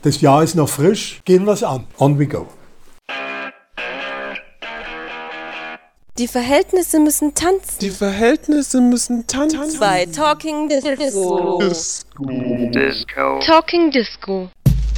Das Jahr ist noch frisch, gehen wir's an. On we go. Die Verhältnisse müssen tanzen. Die Verhältnisse müssen tanzen. Bei Talking Disco. Talking Disco.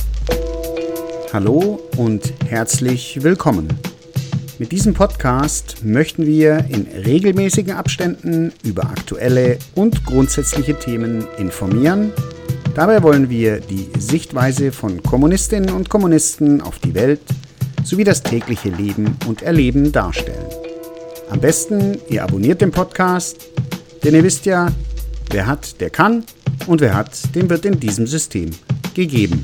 Hallo und herzlich willkommen. Mit diesem Podcast möchten wir in regelmäßigen Abständen über aktuelle und grundsätzliche Themen informieren. Dabei wollen wir die Sichtweise von Kommunistinnen und Kommunisten auf die Welt sowie das tägliche Leben und Erleben darstellen. Am besten, ihr abonniert den Podcast, denn ihr wisst ja, wer hat, der kann und wer hat, dem wird in diesem System gegeben.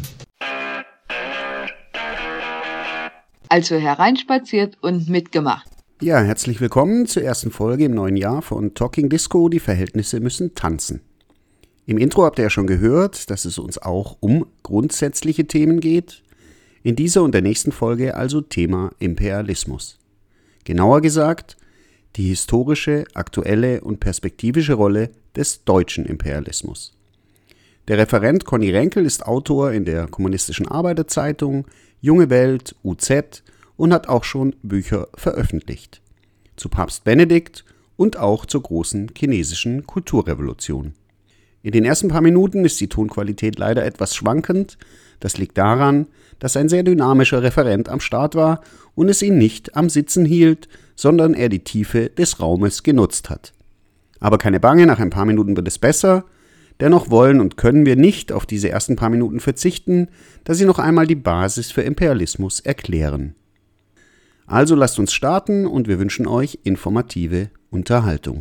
Also hereinspaziert und mitgemacht. Ja, herzlich willkommen zur ersten Folge im neuen Jahr von Talking Disco, die Verhältnisse müssen tanzen. Im Intro habt ihr ja schon gehört, dass es uns auch um grundsätzliche Themen geht. In dieser und der nächsten Folge also Thema Imperialismus. Genauer gesagt, die historische, aktuelle und perspektivische Rolle des deutschen Imperialismus. Der Referent Conny Renkel ist Autor in der Kommunistischen Arbeiterzeitung, Junge Welt, UZ und hat auch schon Bücher veröffentlicht. Zu Papst Benedikt und auch zur großen chinesischen Kulturrevolution. In den ersten paar Minuten ist die Tonqualität leider etwas schwankend. Das liegt daran, dass ein sehr dynamischer Referent am Start war und es ihn nicht am Sitzen hielt, sondern er die Tiefe des Raumes genutzt hat. Aber keine Bange, nach ein paar Minuten wird es besser. Dennoch wollen und können wir nicht auf diese ersten paar Minuten verzichten, da sie noch einmal die Basis für Imperialismus erklären. Also lasst uns starten und wir wünschen euch informative Unterhaltung.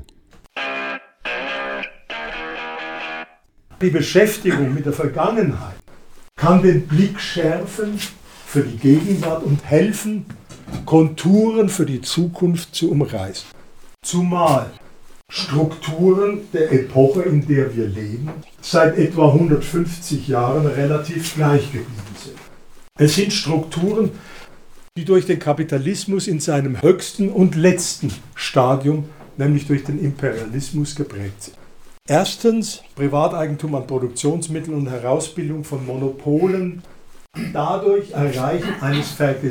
Die Beschäftigung mit der Vergangenheit kann den Blick schärfen für die Gegenwart und helfen, Konturen für die Zukunft zu umreißen. Zumal Strukturen der Epoche, in der wir leben, seit etwa 150 Jahren relativ gleich geblieben sind. Es sind Strukturen, die durch den Kapitalismus in seinem höchsten und letzten Stadium, nämlich durch den Imperialismus, geprägt sind. Erstens Privateigentum an Produktionsmitteln und Herausbildung von Monopolen, die dadurch Erreichen eines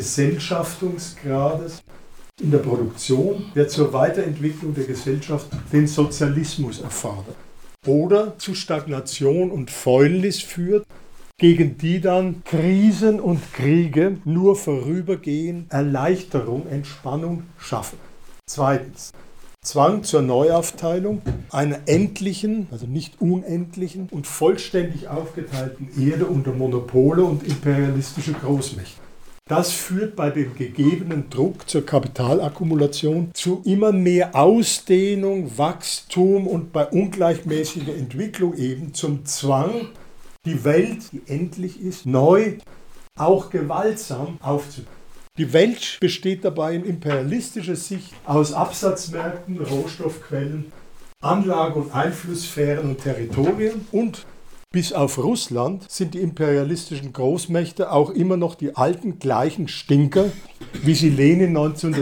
Vergesellschaftungsgrades in der Produktion, der zur Weiterentwicklung der Gesellschaft den Sozialismus erfordert. Oder zu Stagnation und Fäulnis führt, gegen die dann Krisen und Kriege nur vorübergehend Erleichterung, Entspannung schaffen. Zweitens Zwang zur Neuaufteilung einer endlichen, also nicht unendlichen und vollständig aufgeteilten Erde unter Monopole und imperialistische Großmächte. Das führt bei dem gegebenen Druck zur Kapitalakkumulation zu immer mehr Ausdehnung, Wachstum und bei ungleichmäßiger Entwicklung eben zum Zwang, die Welt, die endlich ist, neu, auch gewaltsam aufzubauen. Die Welt besteht dabei in imperialistischer Sicht aus Absatzmärkten, Rohstoffquellen, Anlage- und Einflusssphären und Territorien und bis auf Russland sind die imperialistischen Großmächte auch immer noch die alten gleichen Stinker, wie sie Lenin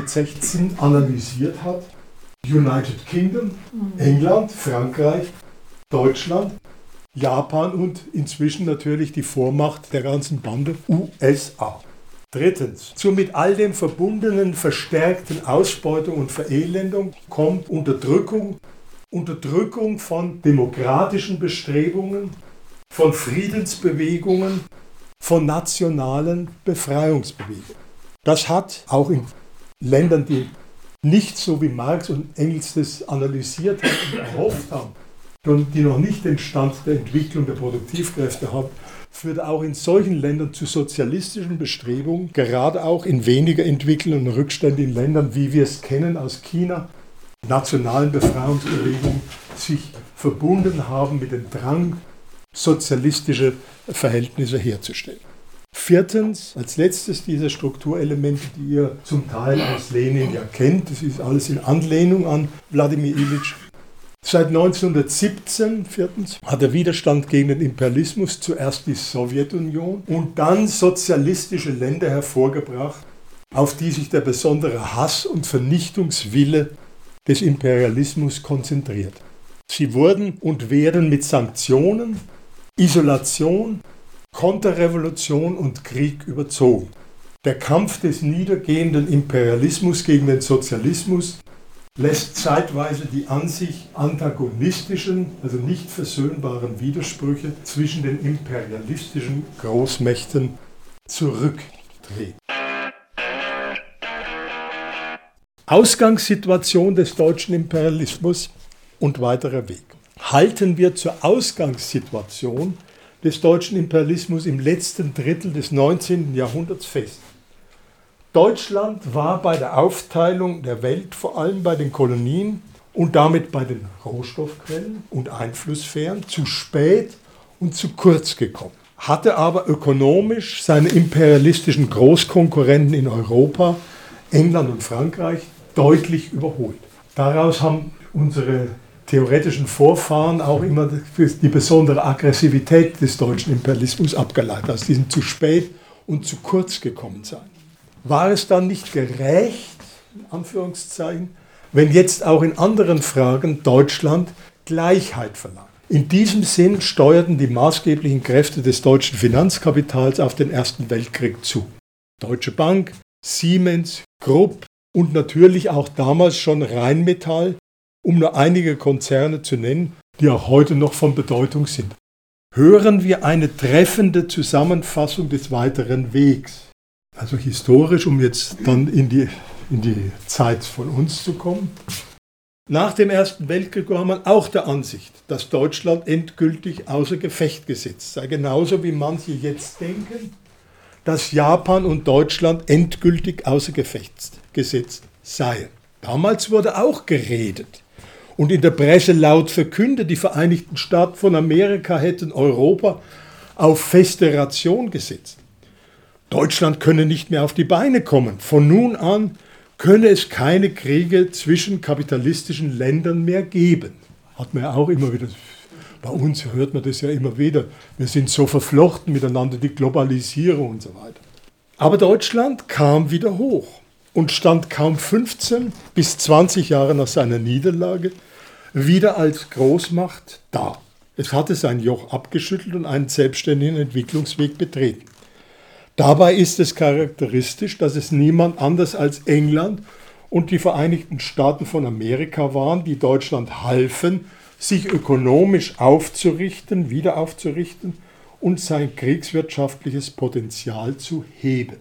1916 analysiert hat. United Kingdom, England, Frankreich, Deutschland, Japan und inzwischen natürlich die Vormacht der ganzen Bande USA. Drittens, zur mit all dem verbundenen verstärkten Ausbeutung und Verelendung kommt Unterdrückung von demokratischen Bestrebungen, von Friedensbewegungen, von nationalen Befreiungsbewegungen. Das hat auch in Ländern, die nicht so wie Marx und Engels das analysiert haben und erhofft haben, die noch nicht den Stand der Entwicklung der Produktivkräfte haben, führt auch in solchen Ländern zu sozialistischen Bestrebungen, gerade auch in weniger entwickelten und rückständigen Ländern, wie wir es kennen aus China, nationalen Befreiungsbewegungen sich verbunden haben mit dem Drang, sozialistische Verhältnisse herzustellen. Viertens, als letztes dieser Strukturelemente, die ihr zum Teil aus Lenin ja kennt, das ist alles in Anlehnung an Wladimir Ilyich. Seit 1917, viertens, hat der Widerstand gegen den Imperialismus zuerst die Sowjetunion und dann sozialistische Länder hervorgebracht, auf die sich der besondere Hass und Vernichtungswille des Imperialismus konzentriert. Sie wurden und werden mit Sanktionen, Isolation, Konterrevolution und Krieg überzogen. Der Kampf des niedergehenden Imperialismus gegen den Sozialismus lässt zeitweise die an sich antagonistischen, also nicht versöhnbaren Widersprüche zwischen den imperialistischen Großmächten zurücktreten. Ausgangssituation des deutschen Imperialismus und weiterer Weg. Halten wir zur Ausgangssituation des deutschen Imperialismus im letzten Drittel des 19. Jahrhunderts fest. Deutschland war bei der Aufteilung der Welt, vor allem bei den Kolonien und damit bei den Rohstoffquellen und Einflusssphären, zu spät und zu kurz gekommen. Hatte aber ökonomisch seine imperialistischen Großkonkurrenten in Europa, England und Frankreich, deutlich überholt. Daraus haben unsere theoretischen Vorfahren auch immer die besondere Aggressivität des deutschen Imperialismus abgeleitet, aus diesem zu spät und zu kurz gekommen sein. War es dann nicht gerecht, in Anführungszeichen, wenn jetzt auch in anderen Fragen Deutschland Gleichheit verlangt? In diesem Sinn steuerten die maßgeblichen Kräfte des deutschen Finanzkapitals auf den Ersten Weltkrieg zu. Deutsche Bank, Siemens, Krupp und natürlich auch damals schon Rheinmetall, um nur einige Konzerne zu nennen, die auch heute noch von Bedeutung sind. Hören wir eine treffende Zusammenfassung des weiteren Wegs. Also historisch, um jetzt dann in die Zeit von uns zu kommen. Nach dem Ersten Weltkrieg war man auch der Ansicht, dass Deutschland endgültig außer Gefecht gesetzt sei. Genauso wie manche jetzt denken, dass Japan und Deutschland endgültig außer Gefecht gesetzt seien. Damals wurde auch geredet und in der Presse laut verkündet, die Vereinigten Staaten von Amerika hätten Europa auf feste Ration gesetzt. Deutschland könne nicht mehr auf die Beine kommen. Von nun an könne es keine Kriege zwischen kapitalistischen Ländern mehr geben. Hat man ja auch immer wieder, bei uns hört man das ja immer wieder. Wir sind so verflochten miteinander, die Globalisierung und so weiter. Aber Deutschland kam wieder hoch und stand kaum 15 bis 20 Jahre nach seiner Niederlage wieder als Großmacht da. Es hatte sein Joch abgeschüttelt und einen selbstständigen Entwicklungsweg betreten. Dabei ist es charakteristisch, dass es niemand anders als England und die Vereinigten Staaten von Amerika waren, die Deutschland halfen, sich ökonomisch aufzurichten, wieder aufzurichten und sein kriegswirtschaftliches Potenzial zu heben.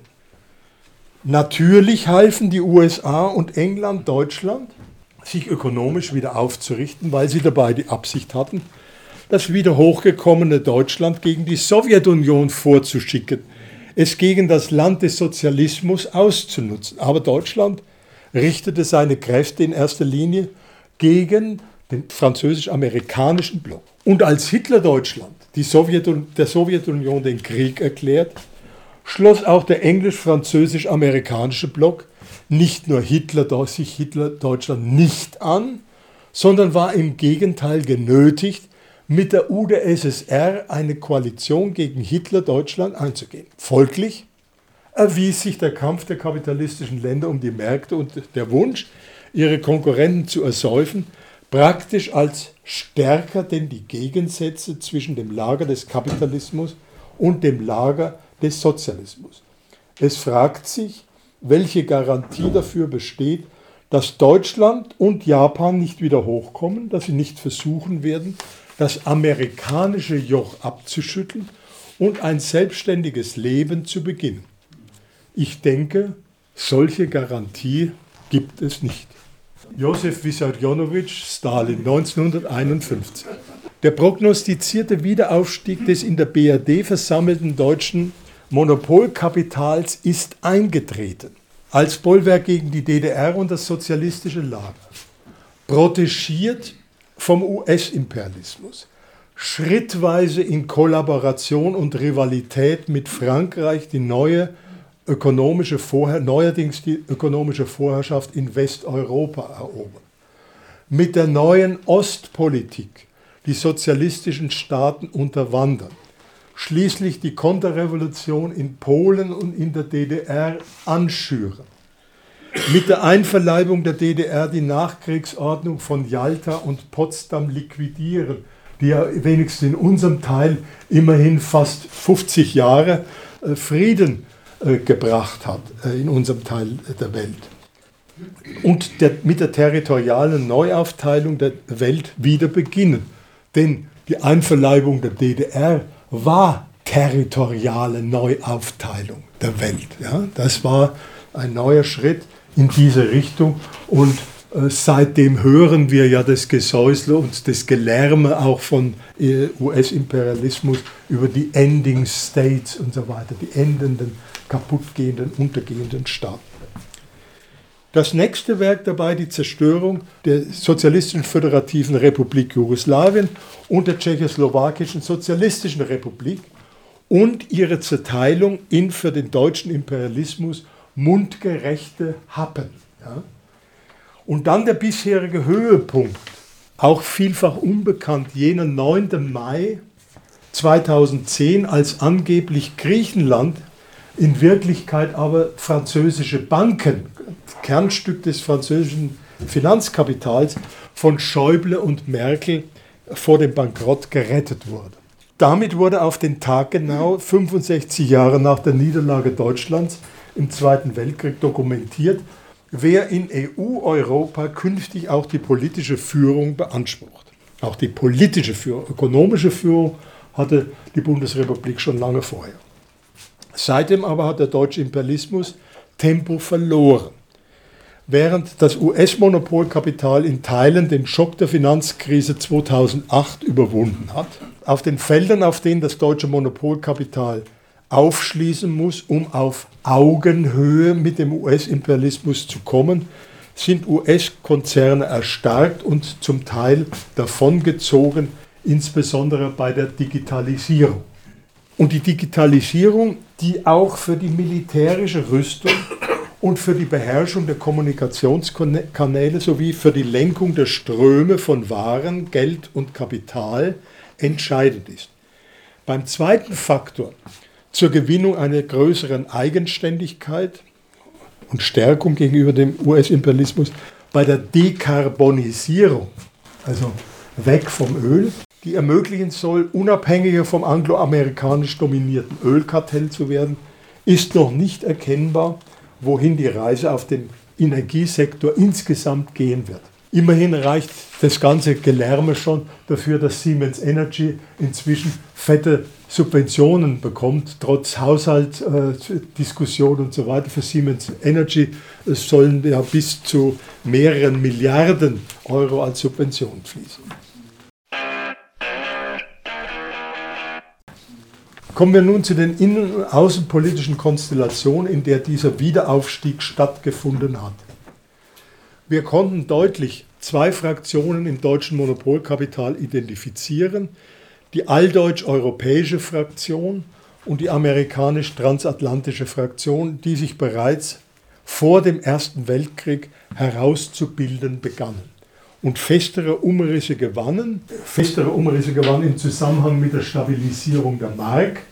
Natürlich halfen die USA und England Deutschland, sich ökonomisch wieder aufzurichten, weil sie dabei die Absicht hatten, das wieder hochgekommene Deutschland gegen die Sowjetunion vorzuschicken, es gegen das Land des Sozialismus auszunutzen. Aber Deutschland richtete seine Kräfte in erster Linie gegen den französisch-amerikanischen Block. Und als Hitler-Deutschland der Sowjetunion den Krieg erklärt, schloss auch der englisch-französisch-amerikanische Block nicht nur sich Hitler-Deutschland nicht an, sondern war im Gegenteil genötigt, mit der UdSSR eine Koalition gegen Hitler-Deutschland einzugehen. Folglich erwies sich der Kampf der kapitalistischen Länder um die Märkte und der Wunsch, ihre Konkurrenten zu ersäufen, praktisch als stärker denn die Gegensätze zwischen dem Lager des Kapitalismus und dem Lager des Sozialismus. Es fragt sich, welche Garantie dafür besteht, dass Deutschland und Japan nicht wieder hochkommen, dass sie nicht versuchen werden, das amerikanische Joch abzuschütteln und ein selbstständiges Leben zu beginnen. Ich denke, solche Garantie gibt es nicht. Josef Wissarionowitsch, Stalin, 1951. Der prognostizierte Wiederaufstieg des in der BRD versammelten deutschen Monopolkapitals ist eingetreten. Als Bollwerk gegen die DDR und das sozialistische Lager. Protegiert vom US-Imperialismus, schrittweise in Kollaboration und Rivalität mit Frankreich neuerdings die ökonomische Vorherrschaft in Westeuropa erobern. Mit der neuen Ostpolitik die sozialistischen Staaten unterwandern. Schließlich die Konterrevolution in Polen und in der DDR anschüren. Mit der Einverleibung der DDR die Nachkriegsordnung von Jalta und Potsdam liquidieren, die ja wenigstens in unserem Teil immerhin fast 50 Jahre Frieden gebracht hat, in unserem Teil der Welt. Und mit der territorialen Neuaufteilung der Welt wieder beginnen. Denn die Einverleibung der DDR war territoriale Neuaufteilung der Welt. Ja? Das war ein neuer Schritt in diese Richtung und seitdem hören wir ja das Gesäusle und das Gelärme auch von US-Imperialismus über die Ending States und so weiter, die endenden, kaputtgehenden, untergehenden Staaten. Das nächste Werk dabei, die Zerstörung der Sozialistischen Föderativen Republik Jugoslawien und der Tschechoslowakischen Sozialistischen Republik und ihre Zerteilung in für den deutschen Imperialismus mundgerechte Happen. Ja? Und dann der bisherige Höhepunkt, auch vielfach unbekannt, jener 9. Mai 2010, als angeblich Griechenland, in Wirklichkeit aber französische Banken, Kernstück des französischen Finanzkapitals, von Schäuble und Merkel vor dem Bankrott gerettet wurde. Damit wurde auf den Tag genau 65 Jahre nach der Niederlage Deutschlands im Zweiten Weltkrieg dokumentiert, wer in EU-Europa künftig auch die politische Führung beansprucht. Auch die politische Führung, ökonomische Führung hatte die Bundesrepublik schon lange vorher. Seitdem aber hat der deutsche Imperialismus Tempo verloren. Während das US-Monopolkapital in Teilen den Schock der Finanzkrise 2008 überwunden hat, auf den Feldern, auf denen das deutsche Monopolkapital aufschließen muss, um auf Augenhöhe mit dem US-Imperialismus zu kommen, sind US-Konzerne erstarkt und zum Teil davongezogen, insbesondere bei der Digitalisierung. Und die Digitalisierung, die auch für die militärische Rüstung und für die Beherrschung der Kommunikationskanäle sowie für die Lenkung der Ströme von Waren, Geld und Kapital entscheidend ist. Beim zweiten Faktor, zur Gewinnung einer größeren Eigenständigkeit und Stärkung gegenüber dem US-Imperialismus, bei der Dekarbonisierung, also weg vom Öl, die ermöglichen soll, unabhängiger vom angloamerikanisch dominierten Ölkartell zu werden, ist noch nicht erkennbar, wohin die Reise auf dem Energiesektor insgesamt gehen wird. Immerhin reicht das ganze Gelärme schon dafür, dass Siemens Energy inzwischen fette Subventionen bekommt, trotz Haushaltsdiskussion und so weiter. Für Siemens Energy sollen ja bis zu mehreren Milliarden Euro als Subventionen fließen. Kommen wir nun zu den innen- und außenpolitischen Konstellationen, in der dieser Wiederaufstieg stattgefunden hat. Wir konnten deutlich zwei Fraktionen im deutschen Monopolkapital identifizieren, die alldeutsch-europäische Fraktion und die amerikanisch-transatlantische Fraktion, die sich bereits vor dem Ersten Weltkrieg herauszubilden begannen und festere Umrisse gewannen im Zusammenhang mit der Stabilisierung der Mark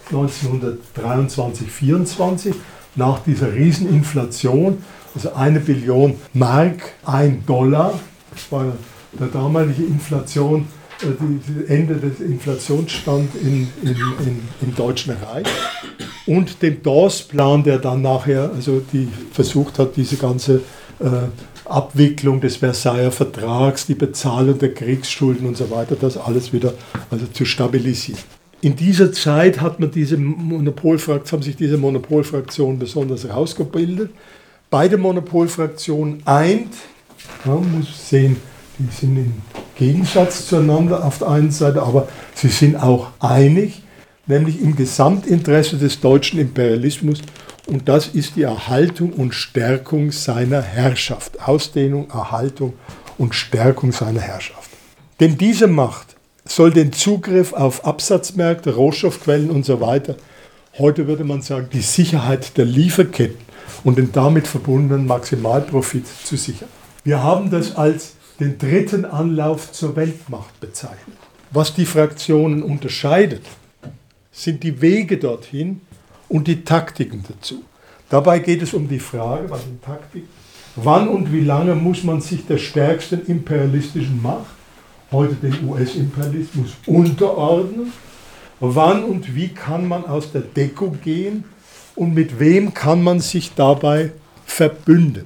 1923-24 nach dieser Rieseninflation. Also 1 Billion Mark, $1 war der damalige Inflation, das Ende des Inflationsstands im Deutschen Reich. Und dem Dawes-Plan, der dann nachher versucht hat, diese ganze Abwicklung des Versailler Vertrags, die Bezahlung der Kriegsschulden und so weiter, das alles wieder zu stabilisieren. In dieser Zeit haben sich diese Monopolfraktionen besonders herausgebildet. Beide Monopolfraktionen eint, man muss sehen, die sind im Gegensatz zueinander auf der einen Seite, aber sie sind auch einig, nämlich im Gesamtinteresse des deutschen Imperialismus, und das ist die Erhaltung und Stärkung seiner Herrschaft. Ausdehnung, Erhaltung und Stärkung seiner Herrschaft. Denn diese Macht soll den Zugriff auf Absatzmärkte, Rohstoffquellen und so weiter, heute würde man sagen, die Sicherheit der Lieferketten und den damit verbundenen Maximalprofit zu sichern. Wir haben das als den dritten Anlauf zur Weltmacht bezeichnet. Was die Fraktionen unterscheidet, sind die Wege dorthin und die Taktiken dazu. Dabei geht es um die Frage, bei den Taktiken, wann und wie lange muss man sich der stärksten imperialistischen Macht heute den US-Imperialismus, unterordnen? Wann und wie kann man aus der Deckung gehen und mit wem kann man sich dabei verbünden?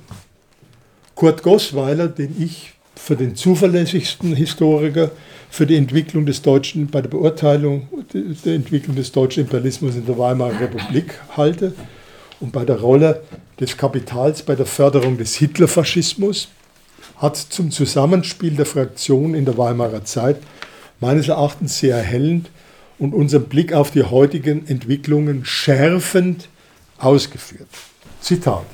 Kurt Goßweiler, den ich für den zuverlässigsten Historiker für die Entwicklung des deutschen, bei der Beurteilung der Entwicklung des deutschen Imperialismus in der Weimarer Republik halte und bei der Rolle des Kapitals bei der Förderung des Hitlerfaschismus, hat zum Zusammenspiel der Fraktionen in der Weimarer Zeit meines Erachtens sehr erhellend und unseren Blick auf die heutigen Entwicklungen schärfend ausgeführt. Zitat: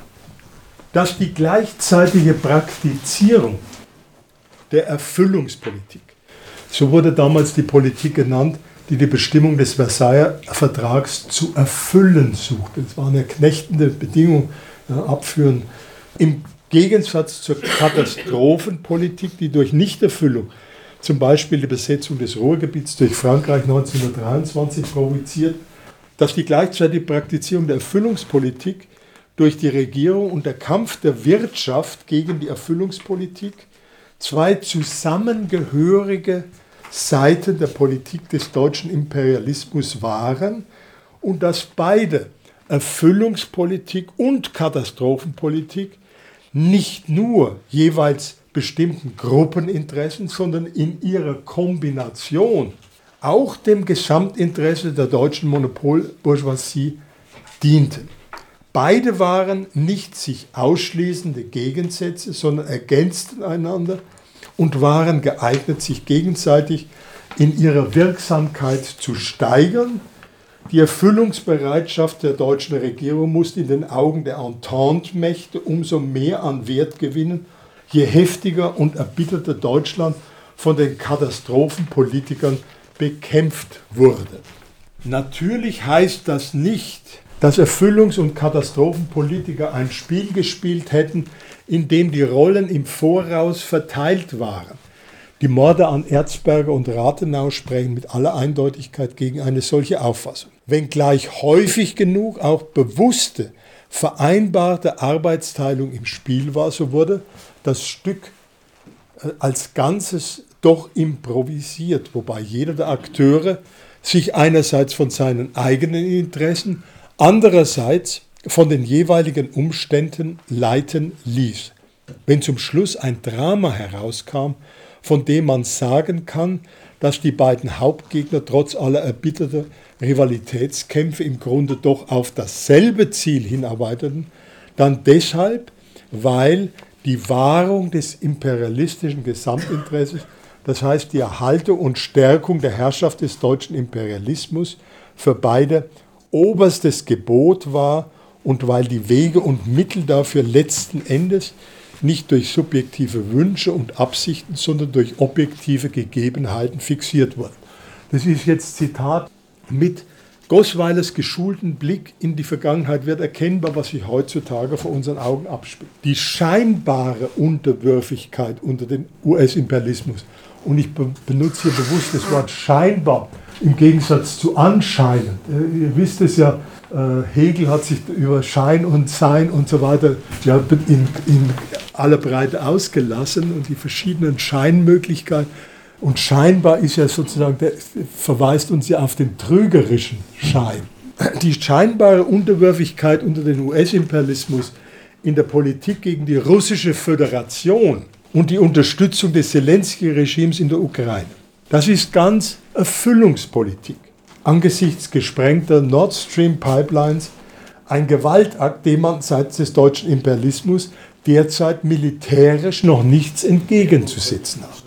Dass die gleichzeitige Praktizierung der Erfüllungspolitik, so wurde damals die Politik genannt, die die Bestimmung des Versailler Vertrags zu erfüllen suchte. Das war eine knechtende Bedingung, abführen. Im Gegensatz zur Katastrophenpolitik, die durch Nichterfüllung, zum Beispiel die Besetzung des Ruhrgebiets durch Frankreich 1923 provoziert, dass die gleichzeitige Praktizierung der Erfüllungspolitik durch die Regierung und der Kampf der Wirtschaft gegen die Erfüllungspolitik zwei zusammengehörige Seiten der Politik des deutschen Imperialismus waren und dass beide, Erfüllungspolitik und Katastrophenpolitik, nicht nur jeweils bestimmten Gruppeninteressen, sondern in ihrer Kombination auch dem Gesamtinteresse der deutschen Monopolbourgeoisie dienten. Beide waren nicht sich ausschließende Gegensätze, sondern ergänzten einander und waren geeignet, sich gegenseitig in ihrer Wirksamkeit zu steigern. Die Erfüllungsbereitschaft der deutschen Regierung musste in den Augen der Entente-Mächte umso mehr an Wert gewinnen, je heftiger und erbitterter Deutschland von den Katastrophenpolitikern bekämpft wurde. Natürlich heißt das nicht, dass Erfüllungs- und Katastrophenpolitiker ein Spiel gespielt hätten, in dem die Rollen im Voraus verteilt waren. Die Morde an Erzberger und Rathenau sprechen mit aller Eindeutigkeit gegen eine solche Auffassung. Wenngleich häufig genug auch bewusste, vereinbarte Arbeitsteilung im Spiel war, so wurde das Stück als Ganzes doch improvisiert, wobei jeder der Akteure sich einerseits von seinen eigenen Interessen, andererseits von den jeweiligen Umständen leiten ließ. Wenn zum Schluss ein Drama herauskam, von dem man sagen kann, dass die beiden Hauptgegner trotz aller erbitterter Rivalitätskämpfe im Grunde doch auf dasselbe Ziel hinarbeiteten, dann deshalb, weil die Wahrung des imperialistischen Gesamtinteresses, das heißt die Erhaltung und Stärkung der Herrschaft des deutschen Imperialismus, für beide oberstes Gebot war und weil die Wege und Mittel dafür letzten Endes nicht durch subjektive Wünsche und Absichten, sondern durch objektive Gegebenheiten fixiert wurden. Das ist jetzt Zitat. Mit Goßweilers geschulten Blick in die Vergangenheit wird erkennbar, was sich heutzutage vor unseren Augen abspielt. Die scheinbare Unterwürfigkeit unter den US-Imperialismus, und ich benutze hier bewusst das Wort scheinbar im Gegensatz zu anscheinend. Ihr wisst es ja, Hegel hat sich über Schein und Sein und so weiter ja, in aller Breite ausgelassen und die verschiedenen Scheinmöglichkeiten. Und scheinbar ist ja sozusagen, verweist uns ja auf den trügerischen Schein. Die scheinbare Unterwürfigkeit unter den US-Imperialismus in der Politik gegen die russische Föderation und die Unterstützung des Zelensky-Regimes in der Ukraine. Das ist ganz Erfüllungspolitik. Angesichts gesprengter Nord Stream Pipelines ein Gewaltakt, dem man seitens des deutschen Imperialismus derzeit militärisch noch nichts entgegenzusetzen hat.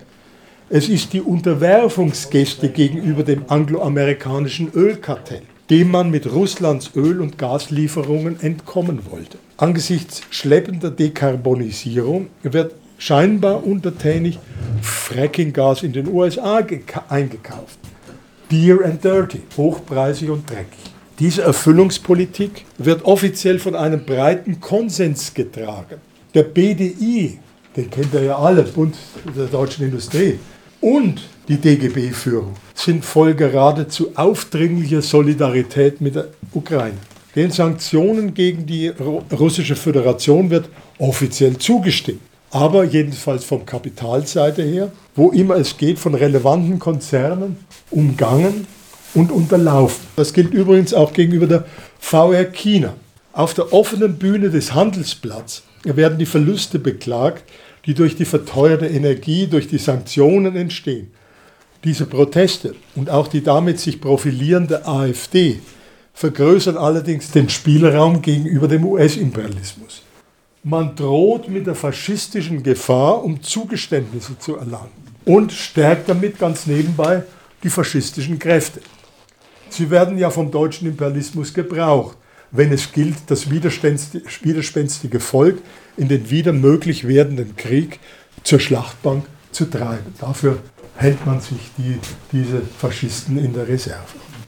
Es ist die Unterwerfungsgeste gegenüber dem angloamerikanischen Ölkartell, dem man mit Russlands Öl- und Gaslieferungen entkommen wollte. Angesichts schleppender Dekarbonisierung wird scheinbar untertänig Frackinggas in den USA eingekauft. Dear and dirty, hochpreisig und dreckig. Diese Erfüllungspolitik wird offiziell von einem breiten Konsens getragen. Der BDI, den kennt ihr ja alle, Bund der deutschen Industrie, und die DGB-Führung sind voll geradezu aufdringlicher Solidarität mit der Ukraine. Den Sanktionen gegen die russische Föderation wird offiziell zugestimmt. aber jedenfalls vom Kapitalseite her, wo immer es geht, von relevanten Konzernen umgangen und unterlaufen. Das gilt übrigens auch gegenüber der VR China. Auf der offenen Bühne des Handelsblatts werden die Verluste beklagt, die durch die verteuerte Energie, durch die Sanktionen entstehen. Diese Proteste und auch die damit sich profilierende AfD vergrößern allerdings den Spielraum gegenüber dem US-Imperialismus. Man droht mit der faschistischen Gefahr, um Zugeständnisse zu erlangen und stärkt damit ganz nebenbei die faschistischen Kräfte. Sie werden ja vom deutschen Imperialismus gebraucht, wenn es gilt, das widerspenstige Volk in den wieder möglich werdenden Krieg zur Schlachtbank zu treiben. Dafür hält man sich diese Faschisten in der Reserve.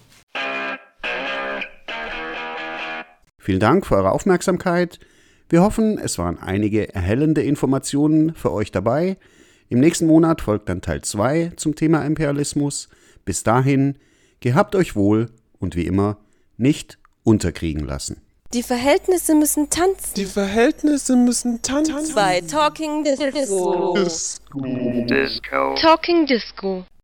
Vielen Dank für eure Aufmerksamkeit. Wir hoffen, es waren einige erhellende Informationen für euch dabei. Im nächsten Monat folgt dann Teil 2 zum Thema Imperialismus. Bis dahin, gehabt euch wohl und wie immer nicht unterkriegen lassen. Die Verhältnisse müssen tanzen. Die Verhältnisse müssen tanzen. Bei Talking Disco. Disco. Talking Disco.